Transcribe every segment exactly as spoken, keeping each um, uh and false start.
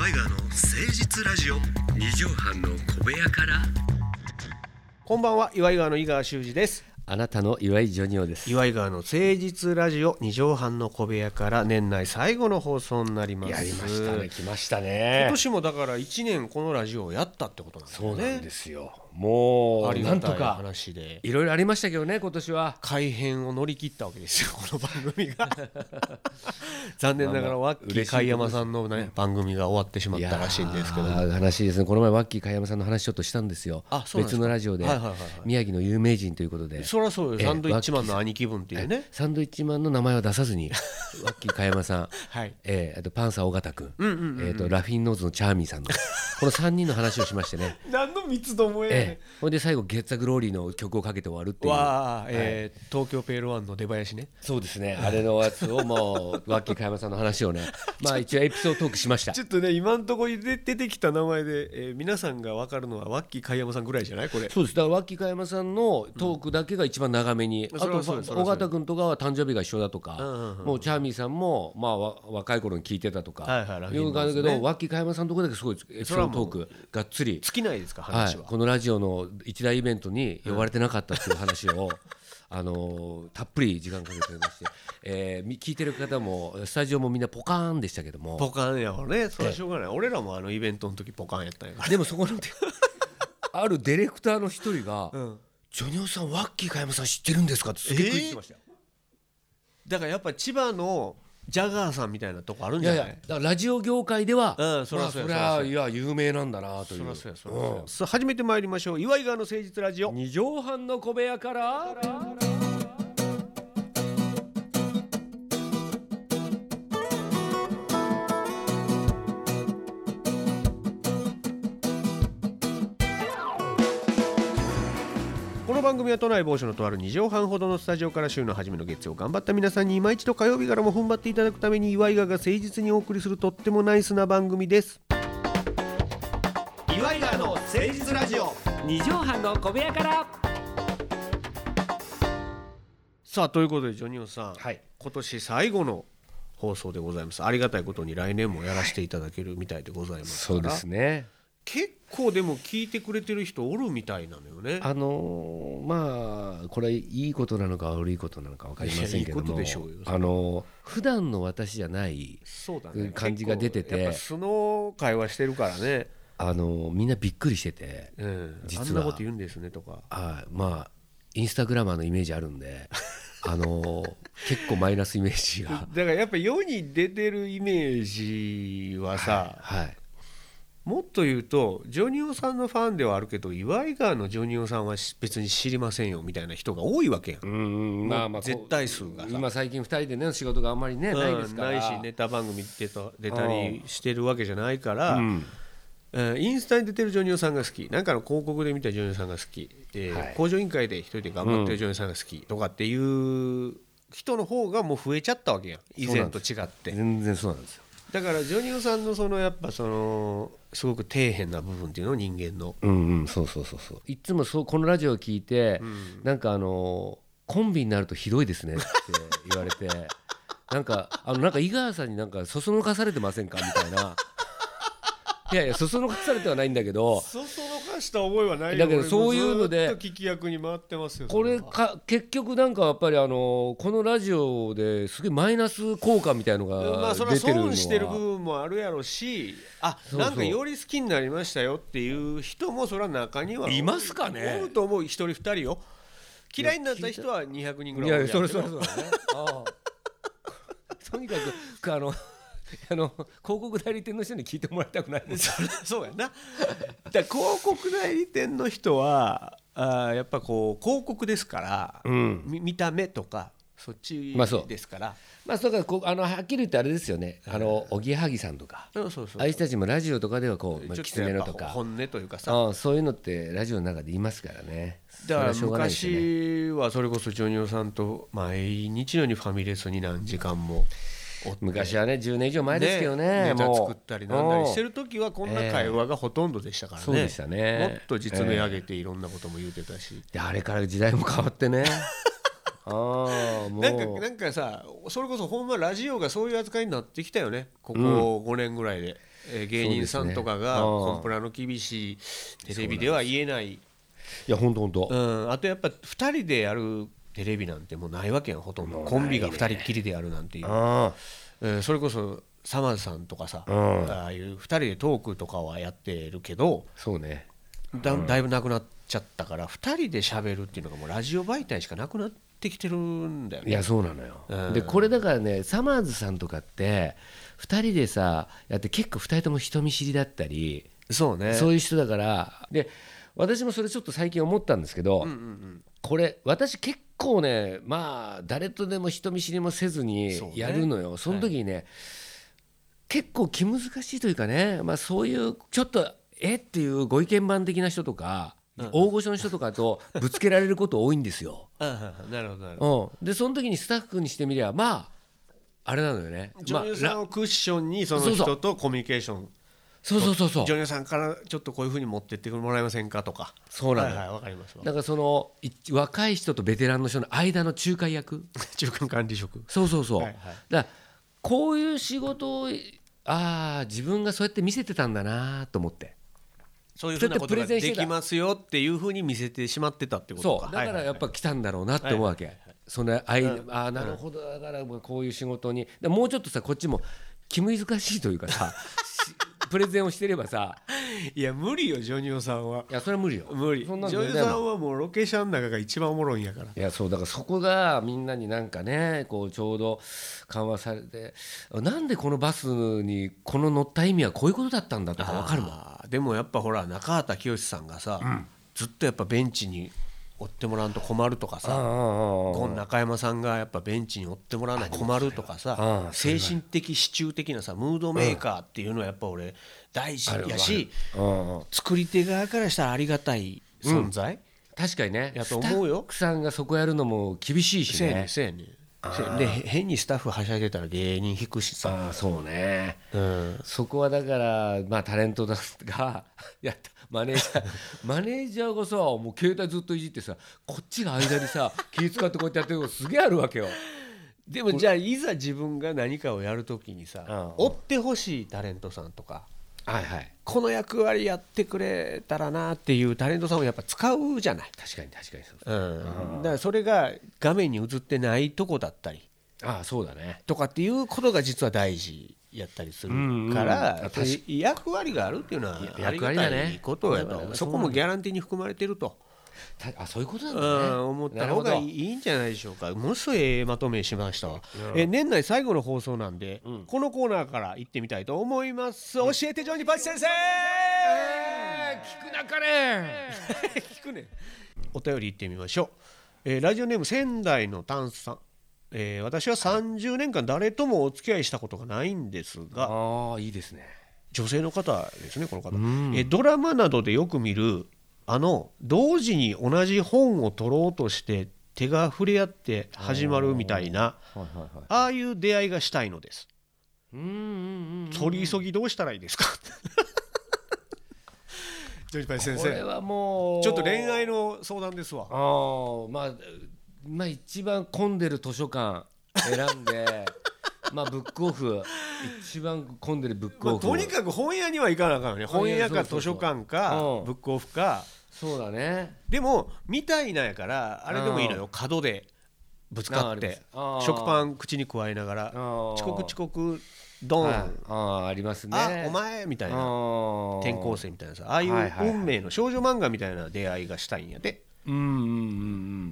岩井川の誠実ラジオ。 二畳半の小部屋から。 こんばんは、岩井川の井川修司です。 あなたの岩井ジョニオです。 岩井川の誠実ラジオ二畳半の小部屋から年内最後の放送になります。 やりましたね、来ましたね。 今年もだからいちねんこのラジオをやったってことなんですよね。 そうなんですよ。もうありがたいなんとか話でいろいろありましたけどね、今年は改編を乗り切ったわけですよ、この番組が残念ながらワッキー貝山さんの、ね、番組が終わってしまったらしいんですけど、 話ですね。この前ワッキー貝山さんの話ちょっとしたんですよ。 あ、そうなんですか。 別のラジオで、 はいはいはいはい、宮城の有名人ということで。 そりゃそうよ、サンドイッチマンの兄貴分っていうね。 サンドイッチマンの名前は出さずにワッキー貝山さん、はいえー、あとパンサー尾形君、うんうんうんうん、えー、とラフィンノーズのチャーミーさんのこのさんにんの話をしましてね何の三つどもえ、ね、 ほんで最後ゲッツァグローリーの曲をかけて終わるっていう。 わー、えーはい、東京ペールワンの出囃子ね。 そうですね、あれのやつをもうワッキー加山さんの話をねまあ一応エピソードトークしました。 ちょっとね、今のところで出てきた名前で、えー、皆さんが分かるのはワッキー加山さんぐらいじゃないこれ。 そうです。だからワッキー加山さんのトークだけが一番長めに、うん、あと尾形君とかは誕生日が一緒だとか、うんうんうん、もうチャーミーさんもまあ若い頃に聞いてたとか、はいはい、いう感じだけど、ね、ワッキー加山さんのところだけすごいエピソードトークがっつり尽きないですか話は、 はい、このラジオの一大イベントに呼ばれてなかったっていう話を、うんあのー、たっぷり時間かけておりまして、えー、聞いてる方もスタジオもみんなポカーンでしたけども。 ポカーンやわね、それはしょうがない。俺らもあのイベントの時ポカーンやったんやから。 でもそこのあるディレクターの一人が、うん、ジョニオさんワッキー加山さん知ってるんですかってすげえ食いついてましたよ、えー、だからやっぱ千葉のジャガーさんみたいなとこあるんじゃない？いやいや、 だからラジオ業界では、 うん、そりゃそうや、 そりゃいや有名なんだなという。 そりゃそうや、そりゃそうや、うん、さあ始めてまいりましょう。岩井川の誠実ラジオ二畳半の小部屋から。 この番組は都内某所のとあるに畳半ほどのスタジオから週の初めの月曜頑張った皆さんに今一度火曜日からも踏ん張っていただくために岩井川が誠実にお送りするとってもナイスな番組です。岩井川の誠実ラジオ二畳半の小部屋から。 さあということでジョニオさん、 はい、 今年最後の放送でございます。ありがたいことに来年もやらせていただけるみたいでございますから、 そうですね。 結構でも聞いてくれてる人おるみたいなのよね。 あのー、まあこれいいことなのか悪いことなのか分かりませんけども、いいことでしょうよ。あのー、普段の私じゃない感じが出てて、 やっぱ素の会話してるからね。 あのー、みんなびっくりしてて、うん、実はあんなこと言うんですねとか、 あ、まあインスタグラマーのイメージあるんであのー、結構マイナスイメージがだからやっぱ世に出てるイメージはさ、 はいはい、 もっと言うとジョニオさんのファンではあるけど岩井川のジョニオさんは別に知りませんよみたいな人が多いわけやん。うん、まあまあ絶対数がさ、 今最近ふたりでね仕事があんまりね、うん、ないですから、 ないしネタ番組出た、出たりしてるわけじゃないから、うんうん、インスタに出てるジョニオさんが好き、なんかの広告で見たジョニオさんが好き、えーはい、工場委員会で一人で頑張ってるジョニオさんが好きとかっていう人の方がもう増えちゃったわけやん、以前と違って。 全然そうなんですよ。 だからジョニオさんのそのやっぱそのすごく底辺な部分っていうの人間の、 うんうん、そうそうそうそう、いつもそうこのラジオを聞いて、うん、なんかあのコンビになるとひどいですねって言われてなんかあのなんか井川さんになんかそそのかされてませんかみたいな。いやいやそそのかされてはないんだけど、 そそのかした覚えはないよ。 だけどそういうのでずっと聞き役に回ってますよ。 これか結局なんかやっぱりあのこのラジオですげえマイナス効果みたいのが出てるのは、まあそれは損してる部分もあるやろし、あ、そうそう、なんかより好きになりましたよっていう人もそれは中にはいますかね。 おると思う。一人二人よ。嫌いになった人はにひゃくにんぐらい。いやいやそれそれそうだね。ああとにかくあのあの広告代理店の人に聞いてもらいたくないそ, そうやな。だから広告代理店の人はあやっぱこう広告ですから、うん、見た目とかそっちですから、 まあそうまあ、そうかあのはっきり言ってあれですよね、あのおぎやはぎさんとか、そうそうそう、ああいう人たちもラジオとかではこう、まあ、きつめのとか本音というかさ、 あそういうのってラジオの中で言いますからね。 だから昔はそれこそジョニオさんと毎日のようにファミレスに何時間も昔はねじゅうねん以上前ですけどね、 ネタ作ったりなんだりしてる時はこんな会話がほとんどでしたからね、えー、そうでしたね。もっと実名上げていろんなことも言うてたし、 であれから時代も変わってねあもうなんかなんかさそれこそほんまラジオがそういう扱いになってきたよねここごねんぐらいで、うんえー、芸人さんとかがコンプラの厳しいテレビでは言えないいやほんとほんと、 うん、あとやっぱふたりでやるテレビなんてもうないわけやんほとんどコンビがふたりっきりでやるなんていう、えー、それこそさまぁずさんとかさ、うん、ああいうふたりでトークとかはやってるけどそうねだ, だいぶなくなっちゃったからふたりで喋るっていうのがもうラジオ媒体しかなくなってきてるんだよね。 いやそうなのよ、うん、でこれだからねさまぁずさんとかってふたりでさやって結構ふたりとも人見知りだったりそうねそういう人だからで私もそれちょっと最近思ったんですけど、うんうんうん、これ私結構ねまあ誰とでも人見知りもせずにやるのよ そ,、ね、その時にね、はい、結構気難しいというかね、まあ、そういうちょっとえっていうご意見番的な人とか、うん、大御所の人とかとぶつけられること多いんですよなるほどなるほど、 うん、でその時にスタッフにしてみればまああれなのよね女優さんをクッションにその人とコミュニケーションそうそうそうそう女優さんからちょっとこういう風に持ってってもらえませんかとかそうなの、 はいはい、わかりますわ。 だからその若い人とベテランの人の間の仲介役中間管理職そうそうそう、 はいはい、 だからこういう仕事をああ自分がそうやって見せてたんだなと思ってそういう風なことができますよっていう風に見せてしまってたってことかそうだからやっぱ来たんだろうなって思うわけ、はいはいはい、そのあい、うん、あなるほどだからこういう仕事にでもうちょっとさこっちも気難しいというかさプレゼンをしてればさいや無理よジョニオさんはいやそれは無理よ無理ジョニオさんはもうロケーションの中が一番おもろいんやからいやそうだからそこがみんなになんかねこうちょうど緩和されてなんでこのバスにこの乗った意味はこういうことだったんだとか分かるもんでもやっぱほら中畑清さんがさ、うん、ずっとやっぱベンチに追ってもらわんと困るとかさゴン中山さんがやっぱベンチに追ってもらわないと困るとかさ精神的支柱的なさムードメーカーっていうのはやっぱ俺大事やし作り手側からしたらありがたい存在、うん、 確かにねやと思うよスタッフさんがそこやるのも厳しいしねせやねんで変にスタッフはしゃいでたら芸人引くしさあそうね、うん、そこはだからまあタレントがやったマネージャーマネージャーがさもう携帯ずっといじってさこっちが間にさ気使ってこうやってやってるのすげえあるわけよでもじゃあいざ自分が何かをやるときにさ、うん、追ってほしいタレントさんとか、 はいはい、 この役割やってくれたらなっていうタレントさんをやっぱ使うじゃない。 確かに確かにそう、 うん、だからそれが画面に映ってないとこだったりああそうだねとかっていうことが実は大事やったりするから、うんうん、役割があるっていうのはありがたいことやと、ね、そこもギャランティーに含まれてるとあそういうことなんだね、 うん、思った方がいいんじゃないでしょうか。ものすごいええまとめしましたわ、うん、え年内最後の放送なんで、うん、このコーナーから行ってみたいと思います、うん、教えてジョニパチ先生、 えー、聞くなかれ聞くねお便り行ってみましょう、えー、ラジオネーム仙台のタンスさん、えー、私はさんじゅうねんかん誰ともお付き合いしたことがないんですがあいいですね女性の方ですねこの方、えドラマなどでよく見るあの同時に同じ本を取ろうとして手が触れ合って始まるみたいな あ,、はいはいはい、ああいう出会いがしたいのです。うんうんうんうん、取り急ぎどうしたらいいですかジョニパイ先生これはもうちょっと恋愛の相談ですわ。 あ、まあ、まあ一番混んでる図書館選んでまあブックオフ一番混んでるブックオフ、 まあ、とにかく本屋には行かなあかんよね。本屋か図書館かブックオフか。 そうだね。 でもみたいなんやからあれでもいいのよ。角でぶつかって食パン口にくわえながら遅刻遅刻ドン、 ああありますね。 あお前みたいな転校生みたいなさ、ああいう運命の少女漫画みたいな出会いがしたいんやで。 うんうんうんうん、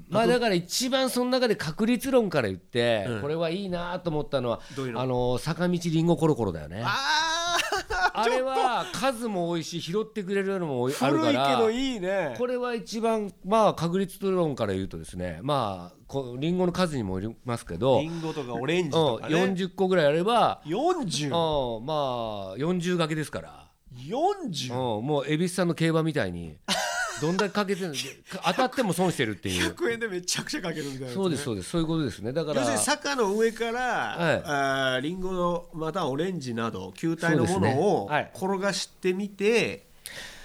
まあだから一番その中で確率論から言って、うん、これはいいなと思ったのはどういうの？ あの坂道りんごコロコロだよね。 ああれは数も多いし拾ってくれるのもあるから古いけどいいね。 これは一番まあ確率論から言うとですね、まあこりんごの数にもよりますけど、 りんごとかオレンジとかね、 よんじゅっこぐらいあればよんじゅう、 うん、まあよんじゅう掛けですから。 よんじゅう、 うん、もう蛭子さんの競馬みたいにどんだけかけてる当たっても損してるっていうひゃくえんでめちゃくちゃかけるみたいな、ね、 そうですそうですそういうことですね。だから要するに坂の上から、はい、あリンゴのまたオレンジなど球体のものを転がしてみて、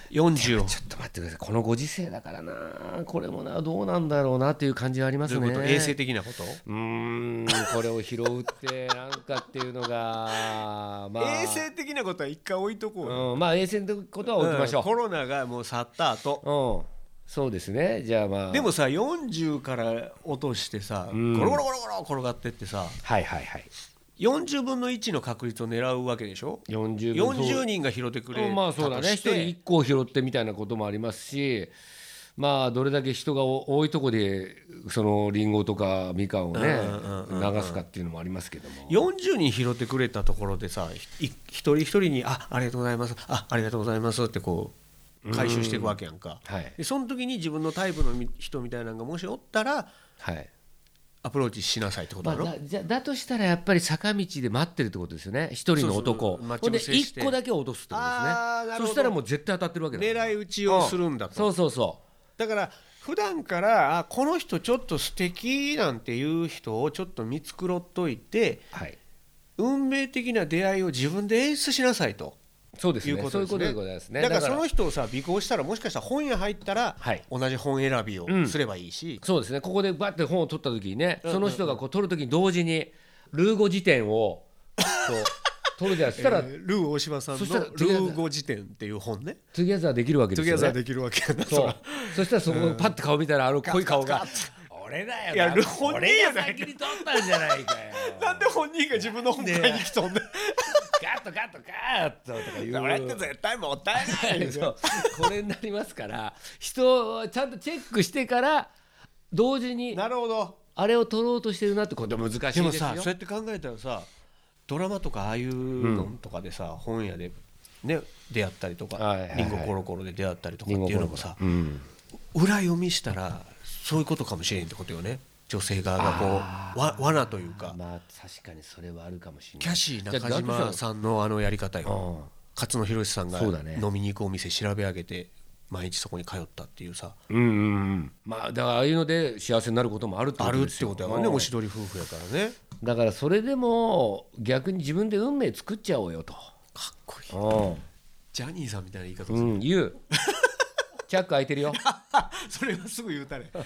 よんじゅうをちょっと待ってください、このご時世だからな、これもなどうなんだろうなっていう感じはありますね。 どういうこと衛生的なこと？ うーんこれを拾うってなんかっていうのが、まあ、 衛生的なことは一回置いとこうよ、 うんまあ衛生的なことは置きましょう、 うんコロナがもう去った後、 うんそうですね。じゃあまあでもさよんじゅうから落としてさ、 うんゴロゴロゴロゴロ転がってってさはいはいはいよんじゅうぶんのいちの確率を狙うわけでしょ。 よんじゅうよんじゅうにんが拾ってくれたとして、 まあそうだね、一人いっこを拾ってみたいなこともありますし、まあどれだけ人が多いとこでそのリンゴとかみかんをねうんうんうんうん流すかっていうのもありますけども、 よんじゅうにん拾ってくれたところでさい一人一人にあありがとうございますあありがとうございますってこう回収していくわけやんか、 はいでその時に自分のタイプの人みたいなのがもしおったらはいアプローチしなさいってことまあ、 だろ、 だじゃだとしたらやっぱり坂道で待ってるってことですよね、一人の男。 そうそう待ほんでち伏せしていっこだけ落とすってことですね。 あーなるほどそしたらもう絶対当たってるわけだから狙い撃ちをするんだと、 そうそうそだから普段からあこの人ちょっと素敵なんていう人をちょっと見繕っといてうはい運命的な出会いを自分で演出しなさいとそうですねいうことですね。 そういうことでございますね。 だからその人をさ尾行したらもしかしたら本屋入ったらはい同じ本選びをうんすればいいし、 そうですね、ここでバッて本を取った時にね、 うんその人がこう取る時に同時にルー語辞典をこう取るじゃんそしたら、 えールー大柴さんのそしたらルー語辞典っていう本ねトゥギャザーできるわけトゥですよね。 ギャザーできるわけやなそうらそしたらそこパッて顔見たらあの濃い顔がガッ俺だよいやなル本人俺やないが先に取ったんじゃないかよなんで本人が自分の本買いに来とんねんガッとガッとガッととか言う俺って絶対もったいないよそうこれになりますから人をちゃんとチェックしてから同時になるほど。 あれを取ろうとしてるなってことは難しいですよ。 でもさそうやって考えたらさドラマとかああいうのとかでさ、本屋でね出会ったりとか、 はいはいはいリンゴコロコロで出会ったりとかっていうのもさ、 うん裏読みしたらそういうことかもしれんってことよね。女性側がこうわ罠というか、 まあ確かにそれはあるかもしれない。 キャシー中島さんのあのやり方よ。 うん勝野博さんがそうだね飲みに行くお店調べ上げて毎日そこに通ったっていうさ、 うんうんうんまあだからああいうので幸せになることもあるってこあるってとですよ。 ことやからね。おしどり夫婦やからね。 だからそれでも逆に自分で運命作っちゃおうよと。 かっこいい。 うジャニーさんみたいな言い方すん、 る、 うん、言うチャック開いてるよそれはすぐ言うたね。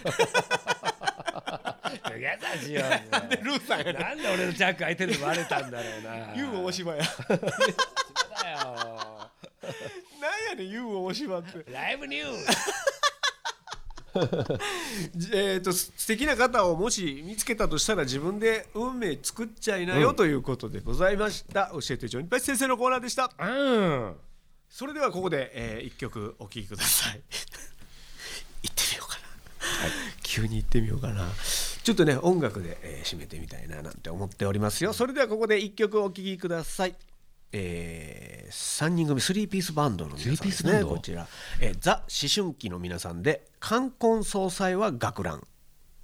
やだしよなんでルーさんやねん。 なんで俺のチャック開いてるのバレたんだろうな。 ユウ大島や。 そうだよなんやねんユウ大島って。 ライブニューえーと素敵な方をもし見つけたとしたら自分で運命作っちゃいなよ、うん、ということでございました。教えてジョニパチ先生のコーナーでした。 うんそれではここで、えー、いっきょくお聴きください。行ってみようかな、はい、急に行ってみようかな。ちょっとね音楽で、えー、締めてみたいななんて思っておりますよ。それではここでいっきょくお聴きください。えー、さんにん組スリーピースバンドの皆さんですね。こちら、えー、ザ・思春期の皆さんで冠婚葬祭は学ラン。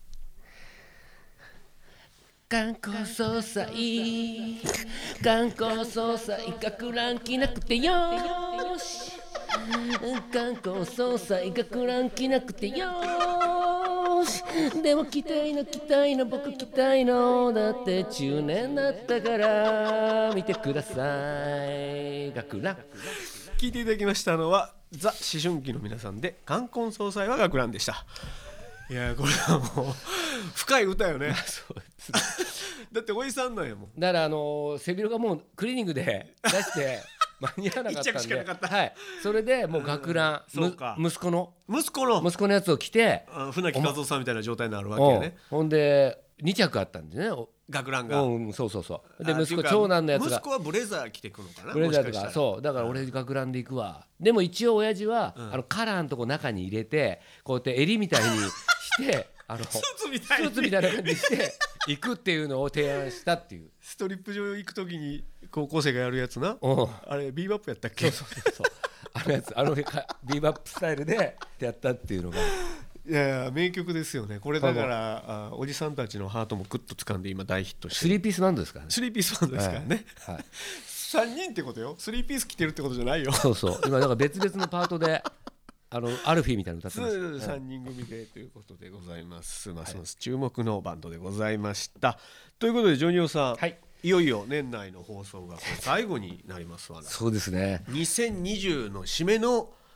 冠婚葬祭冠婚葬祭学ラン着なくてよーし冠婚葬祭学ラン着なくてよーしでも着たいの着たいの僕着たいのだって中年だったから見てください学ラン。 聞いていただきましたのはザ・思春期の皆さんで冠婚葬祭は学ランでした。いやこれはもう深い歌よね。 そうですだっておじさんなんやもん。 だからあの背広がもうクリーニングで出して間に合わなかったんで一着しかなかった、 はい、それでもう学ラン、 そうか息子の息子の息子のやつを着て船木和夫さんみたいな状態になるわけやね。 ほんでに着あったんでね学ランが、 うん、そうそうそうで息子長男のやつが息子はブレザー着てくのかな。 ブレザーともししたからそうだから俺学ランで行くわ、うん、でも一応親父は、うん、あのカラーのとこ中に入れてこうやって襟みたいにしてあのスーツみたいにスーツみたいな感じして行くっていうのを提案したっていう。 ストリップ場行くときに高校生がやるやつな、 うん、 あれビーバップやったっけ。 そうそうそうあのやつあのビーバップスタイルでやったっていうのがいやいや名曲ですよねこれ。だからあおじさんたちのハートもグッと掴んで今大ヒットしてスリーピースバンドですからね。 スリーピースバンドですからね、 はいはい、 さんにんってことよ。スリーピース着てるってことじゃないよ。 そうそう今だから別々のパートであのアルフィーみたいなの歌ってます。 さんにん組でということでございます。ますます注目のバンドでございました、はい、ということでジョニオさん、はい、いよいよ年内の放送がこれ最後になりますわね。 そうですね。 にせんにじゅうの締めの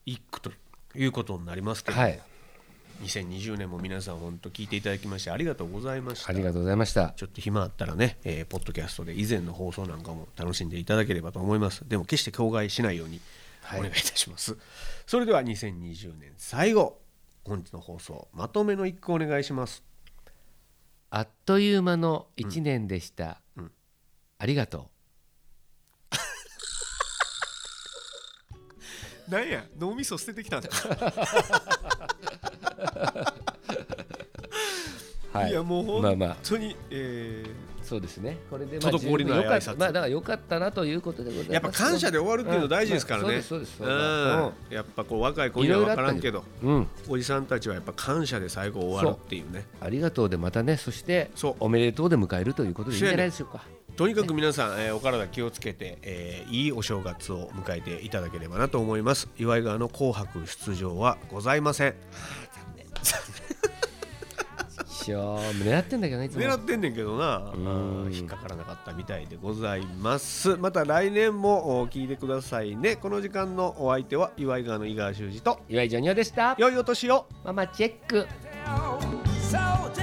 いくということになりますけど、 はい、 にせんにじゅうねんも皆さん本当聞いていただきましてありがとうございました。 ありがとうございました。 ちょっと暇あったらね、えー、ポッドキャストで以前の放送なんかも楽しんでいただければと思います。でも決して口外しないようにお願いいたします、はい、それではにせんにじゅうねん最後、本日の放送まとめの一句お願いします。 あっという間のいちねんでした、 うんうん、 ありがとう。なんや脳みそ捨ててきたんですかはい、いやもう本当に、まあまあえー、 そうですね。これでまあ滞りない挨拶、 まあだから良かったなということでございます。 やっぱ感謝で終わるっていうの大事ですからね。 そうですそうです。やっぱこう若い子には分からんけど、うん、おじさんたちはやっぱ感謝で最後終わるっていうね。 ありがとうでまたね、そしておめでとうで迎えるということでいいんじゃないでしょうか。 とにかく皆さん、えー、お体気をつけて、えー、いいお正月を迎えていただければなと思います。岩井川の紅白出場はございません。 狙ってんだけどね、いつも狙ってんねんけどな、引っかからなかったみたいでございます。また来年も聞いてくださいね。この時間のお相手は岩井川の井川修司と岩井ジョニオでした。 良いお年を。 ママチェック。